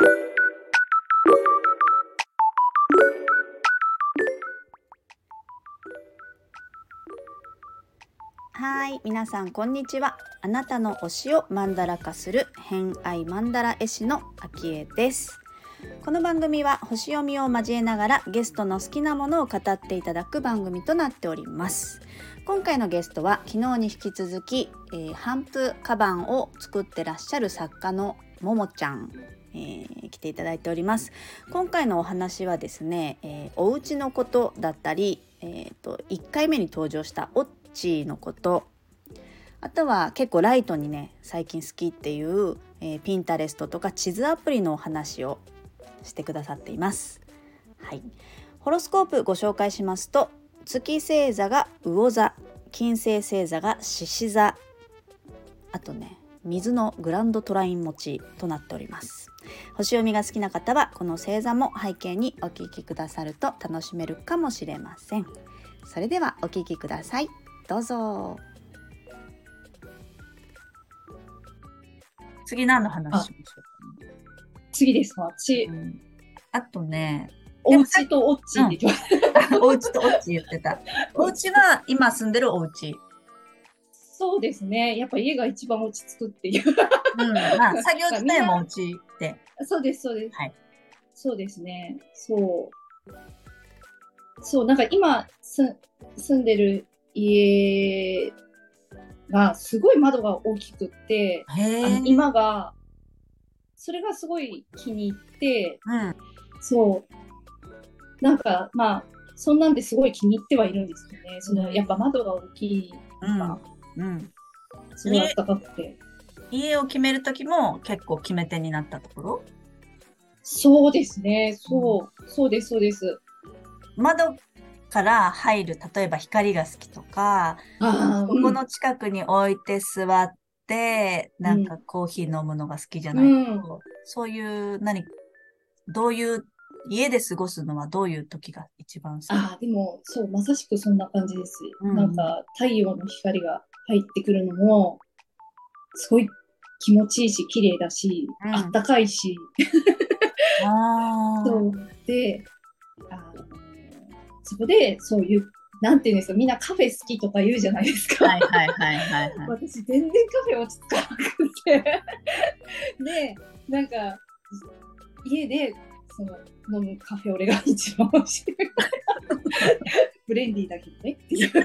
はい、皆さんこんにちは。あなたの推しをマンダラ化する偏愛マンダラ絵師のあきえです。この番組は星読みを交えながらゲストの好きなものを語っていただく番組となっております。今回のゲストは昨日に引き続き、帆布カバンを作ってらっしゃる作家のももちゃん、来ていただいております。今回のお話はですね、お家のことだったり、1回目に登場したオッチーのこと、あとは結構ライトにね最近好きっていう、ピンタレストとか地図アプリのお話をしてくださっています。はい、ホロスコープご紹介しますと、月星座が魚座、金星星座が獅子座、あとね水のグランドトライン持ちとなっております。星読みが好きな方はこの星座も背景にお聞きくださると楽しめるかもしれません。それではお聞きください。どうぞ。次何の話しましょうか、ね、 次ですか。 あとね、 お家とオッチって言ってました、 お家とオッチ言ってた。お家は今住んでるお家。 そうですね。やっぱ家が一番落ち着くっていう。 まあ、作業自体もお家で。 そうです、そうです。 はい。 そうですね。そう、なんか今住んでる家がすごい窓が大きくって、今が、それがすごい気に入って、そう。なんか、まあ、そんなんですごい気に入ってはいるんですよね。やっぱ窓が大きいのが、すごい暖かくて。 家を決めるときも結構決め手になったところ？ そうですね。そうです、そうです。 窓から入る、例えば光が好きとか、そこの近くに置いて座って、なんかコーヒー飲むのが好きじゃないと、そういうどういう、家で過ごすのはどういう時が一番好き？ でも、そう、まさしくそんな感じです。なんか、太陽の光が入ってくるのも、すごい気持ちいいし、綺麗だし、あったかいし。そう。で、そこで、そういう、なんていうんですか、みんなカフェ好きとか言うじゃないですか。私、全然カフェ落ち着かなくて。で、なんか、家で、飲むカフェオレが一番美味しい。ブレンディーだけどねっていう。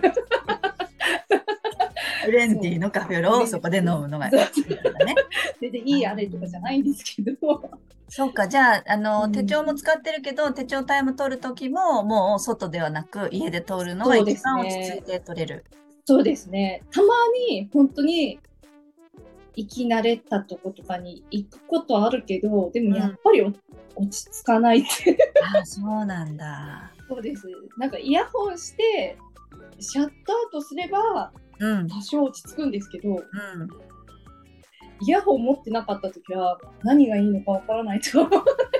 ブレンディーのカフェオレをそこで飲むのが好きなんだね。 全然いいあれとかじゃないんですけど。 そうか、じゃあ、手帳も使ってるけど、手帳タイム取るときも、もう外ではなく、家で取るのが一番落ち着いて取れる。 そうですね。たまに、本当に、生き慣れたとことかに行くことあるけど、でもやっぱり落ち着かないっていう。 そうなんだ。 そうです。なんかイヤホンして、シャットアウトすれば、多少落ち着くんですけど、イヤホン持ってなかったときは何がいいのかわからないと。そう。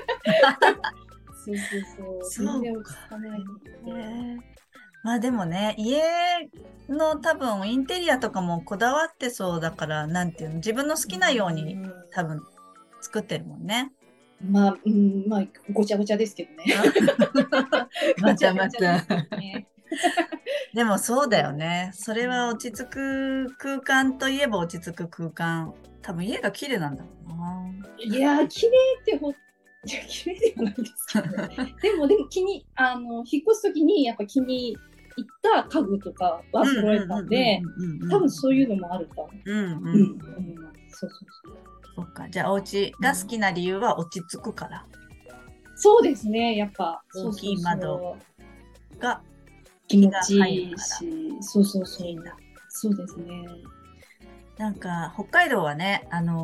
全然落ち着かない。 まあでもね、家の多分インテリアとかもこだわってそうだから、なんていうの、自分の好きなように多分作ってるもんね。 まあ、ごちゃごちゃですけどね。 またまた。でもそうだよね。それは落ち着く空間といえば落ち着く空間。多分家が綺麗なんだろうな。 いや、綺麗って綺麗ではないですけどね。でも引っ越すときにやっぱ気に入った家具とかは揃えたんで、多分そういうのもあるかも。 そっか。じゃあお家が好きな理由は落ち着くから。 そうですね。やっぱ大きい窓が気持ちいいし、そうですね。 なんか北海道はね、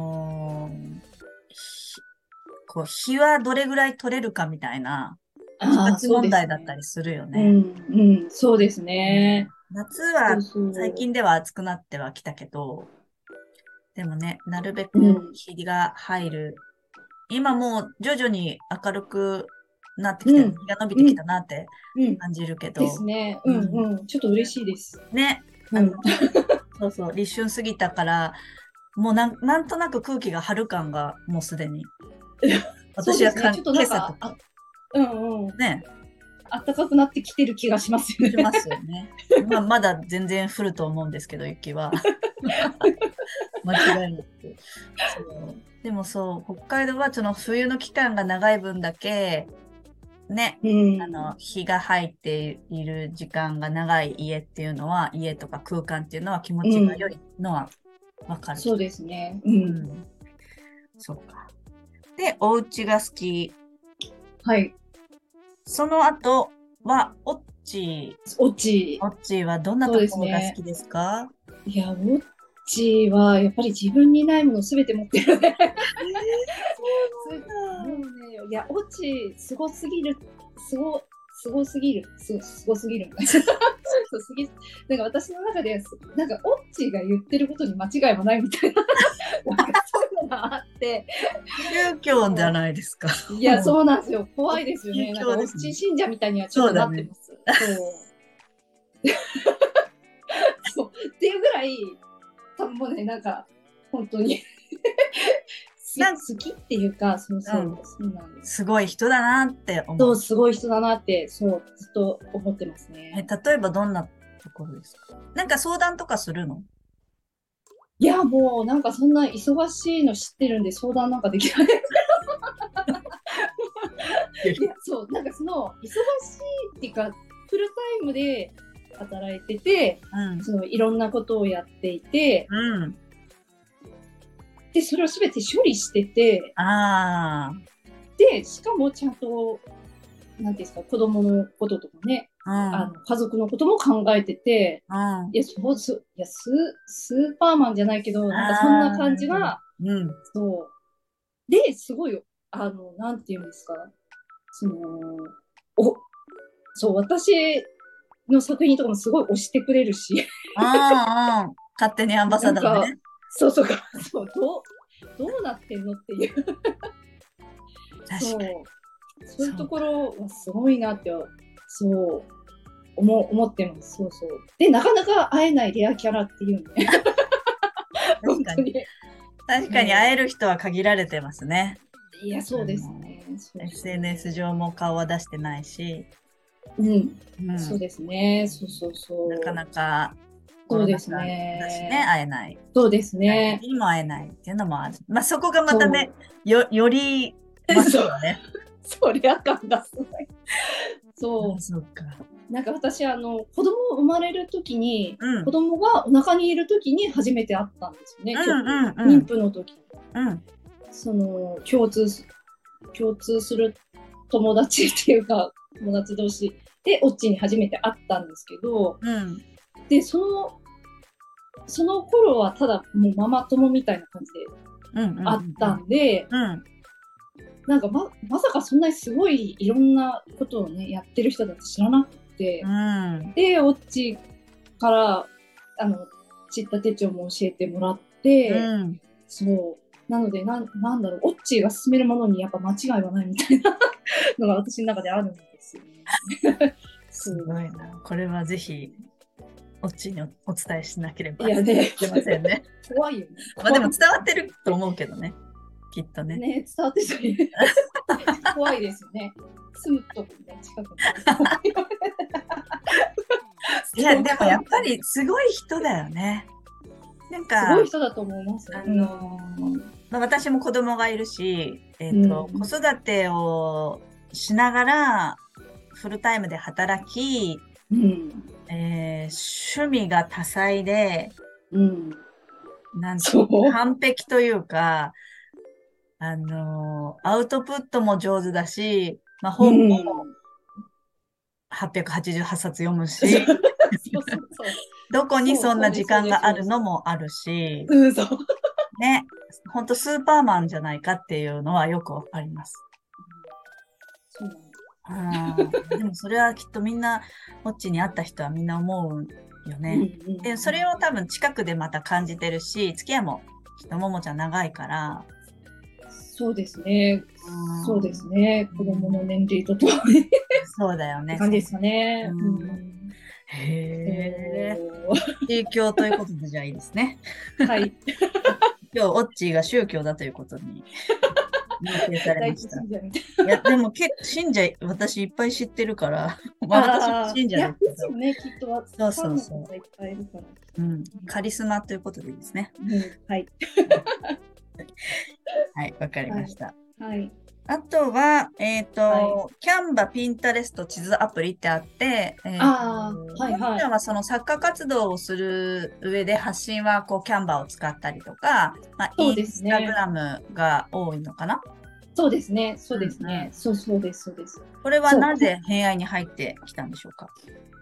日はどれぐらい取れるかみたいな死活問題だったりするよね。 そうですね。 夏は最近では暑くなってはきたけど、でもね、なるべく日が入る。今もう徐々に明るくなってきて、日が伸びてきたなって感じるけど。 ですね。ちょっと嬉しいです。 ね。そうそう、立春過ぎたから、もうなんとなく空気が春感がもうすでにそうですね。ちょっとなんか、 今朝とかうんうん。 ね、 暖かくなってきてる気がしますよね。 しますよね。まだ全然降ると思うんですけど、雪は。間違いなく。そう。でもそう、北海道はその冬の期間が長い分だけ、ね、 うん。 日が入っている時間が長い家っていうのは、家とか空間っていうのは気持うちが良いん。 のはわかる気が。 そうですね。うん。 うん。そうか。で、お家が好き。 はい。 その後は、オッチオチ。 ー。オッチーはどんなそうところが好ですね。 きですか？ いや、オッチは、やっぱり自分にないものすべて持ってるね。もうね、いや、オチ、すごすぎる、すご、すごすぎる、すごすぎる。そうすぎ、なんか私の中で、なんか、オッチが言ってることに間違いもないみたいな、なんかそういうのがあって、 宗教じゃないですか。 いや、 もう、 そうなんですよ。怖いですよ宗ね。なんか、オッ教ですね。 チ信者みたいにはちょっとそうだね。 なってます。そう。そう。っていうぐらい、多分もうね、なんか、本当になん好きっていうか、そううん。 そう、そうなんです。 すごい人だなって思そう、 う。 すごい人だなって、そう、ずっと思ってますね。 例えばどんなところですか？なんか相談とかするの？ いや、もう、なんかそんな忙しいの知ってるんで、相談なんかできない。いや、そう、なんかその、忙しいっていうか、フルタイムで働いてて、 うん。 その、いろんなことをやっていて、 うん。 で、それをすべて処理してて、 あで、しかもちゃんと、なんていうんですか、子供のこととかね、 あ。 家族のことも考えてて、 うん。うん。 いや、いや、スーパーマンじゃないけど、なんかそんなああ、な感るほど。 じが、 うん。 そう。で、すごい、なんていうんですか、その、お、そう、私の作品とかもすごい推してくれるし、 ああ、勝手にアンバサダーでなんか、 ね。 そうそうか、そう、どうなってんのっていう、 確かに。 そう、そういうとこそうか。 ろはすごいなって、そう、思ってます。そうそう。で、なかなか会えないレアキャラっていうね。 確かに。 本当に。 確かに会えそる人は限られてますね。 う。いや、そうですあの、 ね。そうそう。 SNS 上も顔は出してないし、 うん。 うん。 そうですね。そうそうなかそう。 なかコロナそうです禍だしね、 ね。 会えない。 そうです具体的ね。 にも会えないっていうのもある。まあそこがまたね、 そう。 より増すそう。 よね。 そりゃ感がすごい。 あ、 そそうか。 う。なんか私、子供生まれるときに、 うん。 子供がお腹にいるときに初めて会ったんですよね。 うんうんう妊ん。 婦の時。 うん。 その、共通する友達っていうか、友達同士で、オッチに初めて会ったんですけど、 うん。 で、その頃はただもうママ友みたいな感じでうんうん会ったんで、 うん。うん。 なんかまさかそんなにすごいいろんなことをね、やってる人だって知らなくうて、 ん。 で、オッチから、ちった手帳も教えてもらっうて、 ん。 そう。なので、なんだろう、オッチーが勧めるものにやっぱ間違いはないみたいなのが私の中であるんですよね。そすう。 ごいな。これはぜひ、オチにお伝えしなければいいやね、 けませんね。 怖いよね。 まあでも怖い。 伝わってると思うけどね。きっとね。 ね、伝わってたり、怖いですよね。住むとこね、近くに。 いや、 ストーでもやっカーみたいな。 ぱりすごい人だよね。なんすごいか、 人だと思います。 あうん。 のまあ、私も子供がいるし、 う子ん。 育てをしながら、フルタイムで働き、 うん。 趣味が多彩で、 うん。 なんそう。 完璧というか、アウトプットも上手だし、まあ、 う本もん。 888冊読むそうし、 そうそうそう。 どこにそう、 そんなそうです、そうです、 時間があそうです。 るのもあるし、 うん、そう。 ね、ほんとスーパーマンじゃないかっていうのはよくわかります。 そうなんです。 でもそれはきっとみんな、ホッチに会った人はみんな思うようん、うね。 ん、うで、それをん。 多分近くでまた感じてるし、付き合いもきっとももちゃん長いから、 そうですね。 うそうですん、 ね。子供の年齢とともにっそうだよね。 て感じですかうね。うん、 ん。そへえ。 う。 宗教ということでじゃあいいですね。 はい。 今日、オッチーが宗教だということに。 認定されました。 第一信者みたいいや、でも結構信者、私いっぱい知ってるから、まあ私もな。ああ、 信者いや、 ですけど。 ですよね、きっと、フそうァンのそうそ方いっぱいいるから。 う。うん。カリスマということでいいですね。 うん、はい。 はい、わかりはい。 ました。 はい。 あとは、 はい。 キャンバ、ピンタレスト、地図アプリってあって、 ああ、はい、 ももはい。 ちゃんはその作家活動をする上で発信はこうキャンバを使ったりとか、まあ、 そうでインスタグすね。 ラムが多いのかな。 そうですね。そううんですね。 うん。 そうです、そうです。 これはそう。 なぜ偏愛に入ってきたんでしょうか。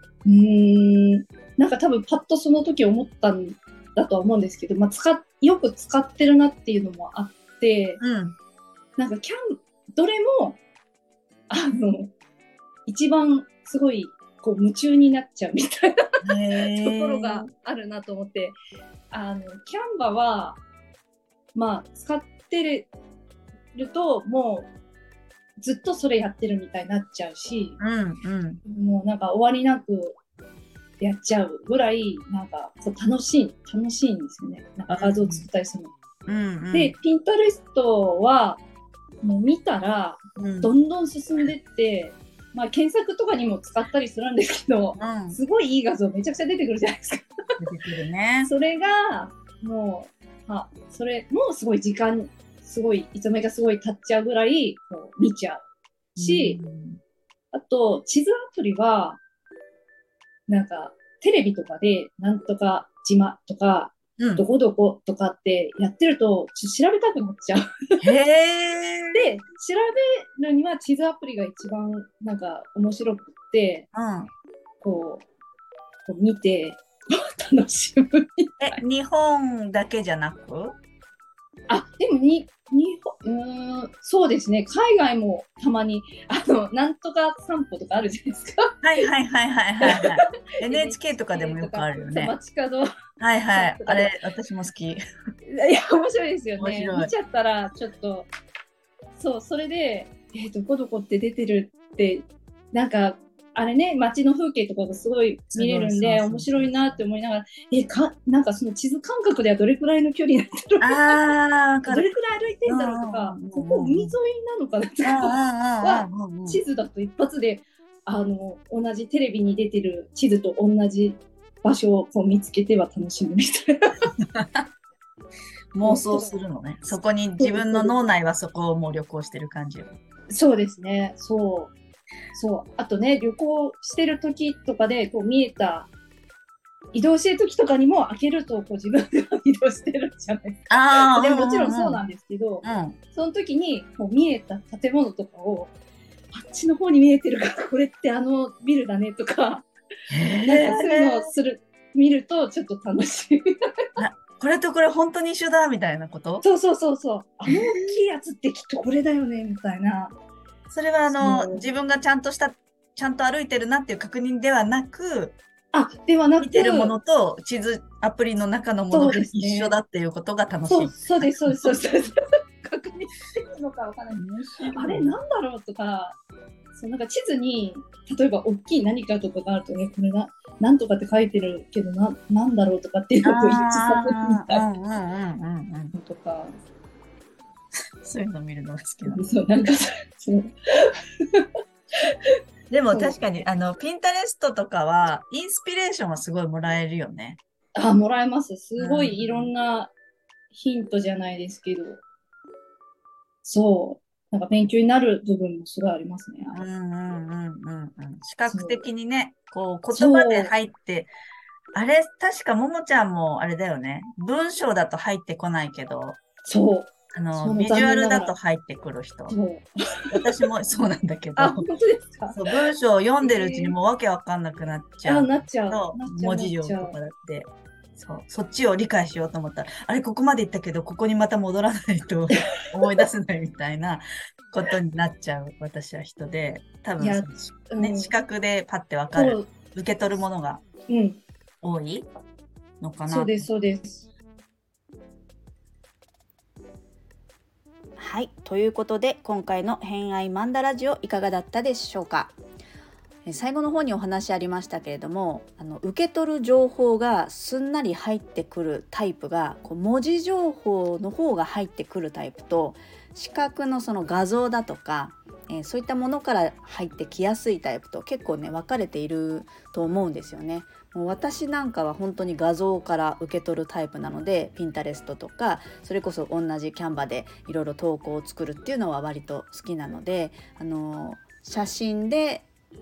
なんか多分パッとその時思ったんだとは思うんですけど、まあ、よく使ってるなっていうのもあって、 うん。 なんかどれも、あの、一番すごい、こう、夢中になっちゃうみたいなところがへえ。 あるなと思って、キャンバは、まあ、使ってると、もう、ずっとそれやってるみたいになっちゃうし、 うんうんもうなんか終わりなくやっちゃうぐらい、なんかそう楽しいんですよね。なんか画像を作ったりするの。 うんうで、 んピンタレストは、もう見たら、 うんどんどん進んでって、まあ検索とかにも使ったりするんですけど、 うん。 すごいいい画像めちゃくちゃ出てくるじゃないですか。 出てくるね。 それが、もう、それもすごいすごい、いつの間にかすごい経っちゃうぐらい、こう見ちゃううし、 んあと、地図アプリは、なんか、テレビとかで、なんとか島とか、 うん。 どこどことかってやってると、調べたくなっちゃう。 へえ。 で、調べるには地図アプリが一番なんか面白くって、 うん。 ここう見て楽しむみたい。 日本だけじゃなく。 でもそうですね。海外もたまに、なんとか散歩とかあるじゃないですか。 はいはいはいはいはいはい。NHK とかで NHK もよくとか、そう、 あるよね。 街角はいはい。 とかで。 あれ、私も好き。 いや、面白いですよね。 面白い。 見ちゃったら、ちょっと、そう、それで、どこどこって出てるって、なんか、あれね、街の風景とかがすごい見れすごい、そうるんで、面白いそうそうなって思いながら、なんかその地図感覚ではどれくらいの距離なんだろう、 ああ、わかる。 どれくらい歩いてうんんだろうとか、 うんうここ海沿いんうんうん。 なのかなとうんかは、 うんうんうんうん。 地図だと一発で、同じテレビに出てる地図と同じ場所をこう見つけては楽しむみたいな。 妄想するのね。そこに自分の脳内はそこをもう旅行してる感じよ。 そうですね。そう。そう。あとね、旅行してる時とかで、こう見えた、移動してる時とかにも開けると、こう自分では移動してるじゃないですか。 ああ、うでももちろんんうんそうなんですけど、 うん。うん。 その時にこう見えた建物とかを、あっちの方に見えてるから、これってあのビルだねとか、 へなんかそういうのをえ。 見るとちょっと楽しい。 あ、これとこれ本当に一緒だみたいなこと。 そうそうそうそう。あへの大きいえ。 やつってきっとこれだよね、みたいな。 それはそう。 自分がちゃんと歩いてるなっていう確認ではなく、 ではな見てるもく、 のと地図アプリの中のものそうが一緒ですね。 だっていうことが楽しい。 そうです、そうです、そうです。そうです確認してるのかわかんない。 面白あれ、 い。 なんだろうとか、そう、なんか地図に、例えば大きい何かとかがあるとね、これなんとかって書いてるけど、なんだろうとかっていうのと一致させるみああ、 たいうんうんうんうんうん。 なのとか、 そういうの見るのが好きなの。 そう、なんかそう、 でもそう。 確かに、ピンタレストとかは、インスピレーションはすごいもらえるよね。 もらえます。 うすごいいろんん。 なヒントじゃないですけど、そう。なんか勉強になる部分もすごいありますね、あれ。 うんうんうんうんうん。視覚そう。 的にね、こう、言葉でそう。 入って、あれ、確かももちゃんもあれだよね。文章だと入ってこないけど、 そう。 ビジュアルだと残念ながら。 入ってくる人。 そう。 私もそうなんだけど、 本当ですか？ そう、文章を読んでるうちにえもうわけわかんなくなっちゃうなっちゃう。 と、 なっちゃう、 文字なっちゃう。 量とかだって、そう、そっちを理解しようと思ったら、あれ、ここまで行ったけど、ここにまた戻らないと思い出せないみたいなことになっちゃう私は人で、多いや、 分その、ね、 うん。 視覚でパッてわかる、 そう、 受け取るものがうん。 多いのかな。 そうです、そうです。 はい、ということで今回の偏愛マンダラジオいかがだったでしょうか。最後の方にお話ありましたけれども、受け取る情報がすんなり入ってくるタイプが、こう文字情報の方が入ってくるタイプと、 視覚のその画像だとか、そういったものから入ってきやすいタイプと結構ね分かれていると思うんですよね。もう私なんかは本当に画像から受け取るタイプなので、ピンタレストとかそれこそ同じキャンバでいろいろ投稿を作るっていうのは割と好きなので、写真で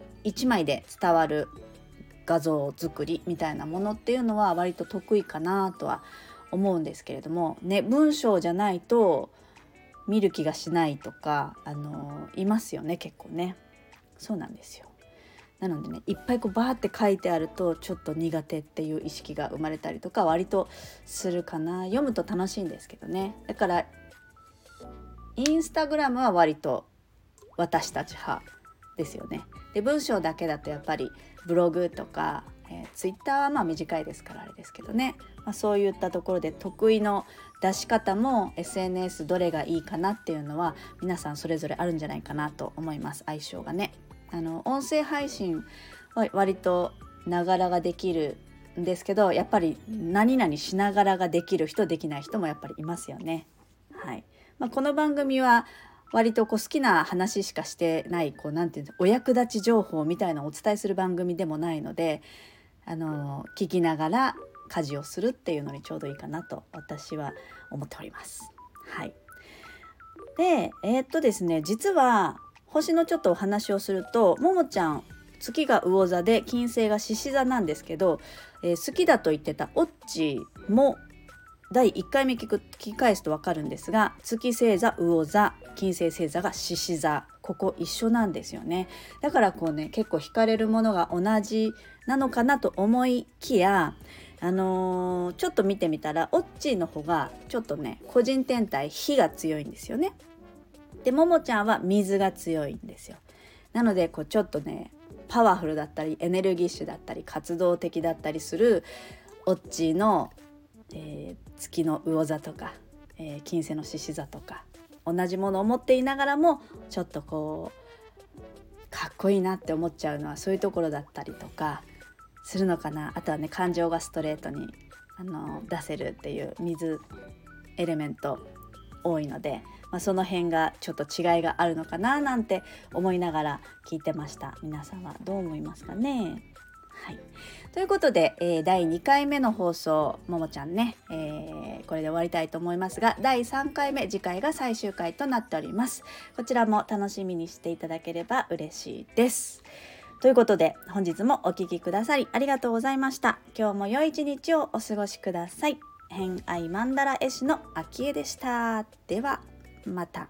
1枚で伝わる画像作りみたいなものっていうのは割と得意かなとは思うんですけれどもね、文章じゃないと見る気がしないとかいますよね、結構ね。そうなんですよ。なのでね、いっぱいこうバーって書いてあるとちょっと苦手っていう意識が生まれたりとか割とするかな。読むと楽しいんですけどね。だからインスタグラムは割と私たち派ですよね。で文章だけだとやっぱりブログとか、ツイッターはまあ短いですからあれですけどね、そういったところで得意の出し方も SNS どれがいいかなっていうのは皆さんそれぞれあるんじゃないかなと思います。相性がね、音声配信は割とながらができるんですけど、やっぱり何々しながらができる人できない人もやっぱりいますよね。はい。この番組は割と好きな話しかしてない、なんていうの、お役立ち情報みたいなのをお伝えする番組でもないので、聞きながら家事をするっていうのにちょうどいいかなと私は思っております。はい。でですね、実は星のちょっとお話をすると、ももちゃん月が魚座で金星が獅子座なんですけど、好きだと言ってたオッチも第1回目聞き返すと分かるんですが、月星座魚座、金星星座が獅子座、ここ一緒なんですよね。だからこうね、結構惹かれるものが同じなのかなと思いきや、ちょっと見てみたらオッチーの方がちょっとね個人天体火が強いんですよね。でももちゃんは水が強いんですよ。なのでこうちょっとねパワフルだったりエネルギッシュだったり活動的だったりするオッチーの月の魚座とか、金星の獅子座とか同じものを持っていながらもちょっとこうかっこいいなって思っちゃうのはそういうところだったりとかするのかな。あとはね、感情がストレートに出せるっていう水エレメント多いので、その辺がちょっと違いがあるのかななんて思いながら聞いてました。皆さんはどう思いますかね。はい、ということで、第2回目の放送ももちゃんね、これで終わりたいと思いますが、第3回目次回が最終回となっております。こちらも楽しみにしていただければ嬉しいです。ということで本日もお聞きくださりありがとうございました。今日も良い一日をお過ごしください。偏愛マンダラ絵師のあきえでした。ではまた。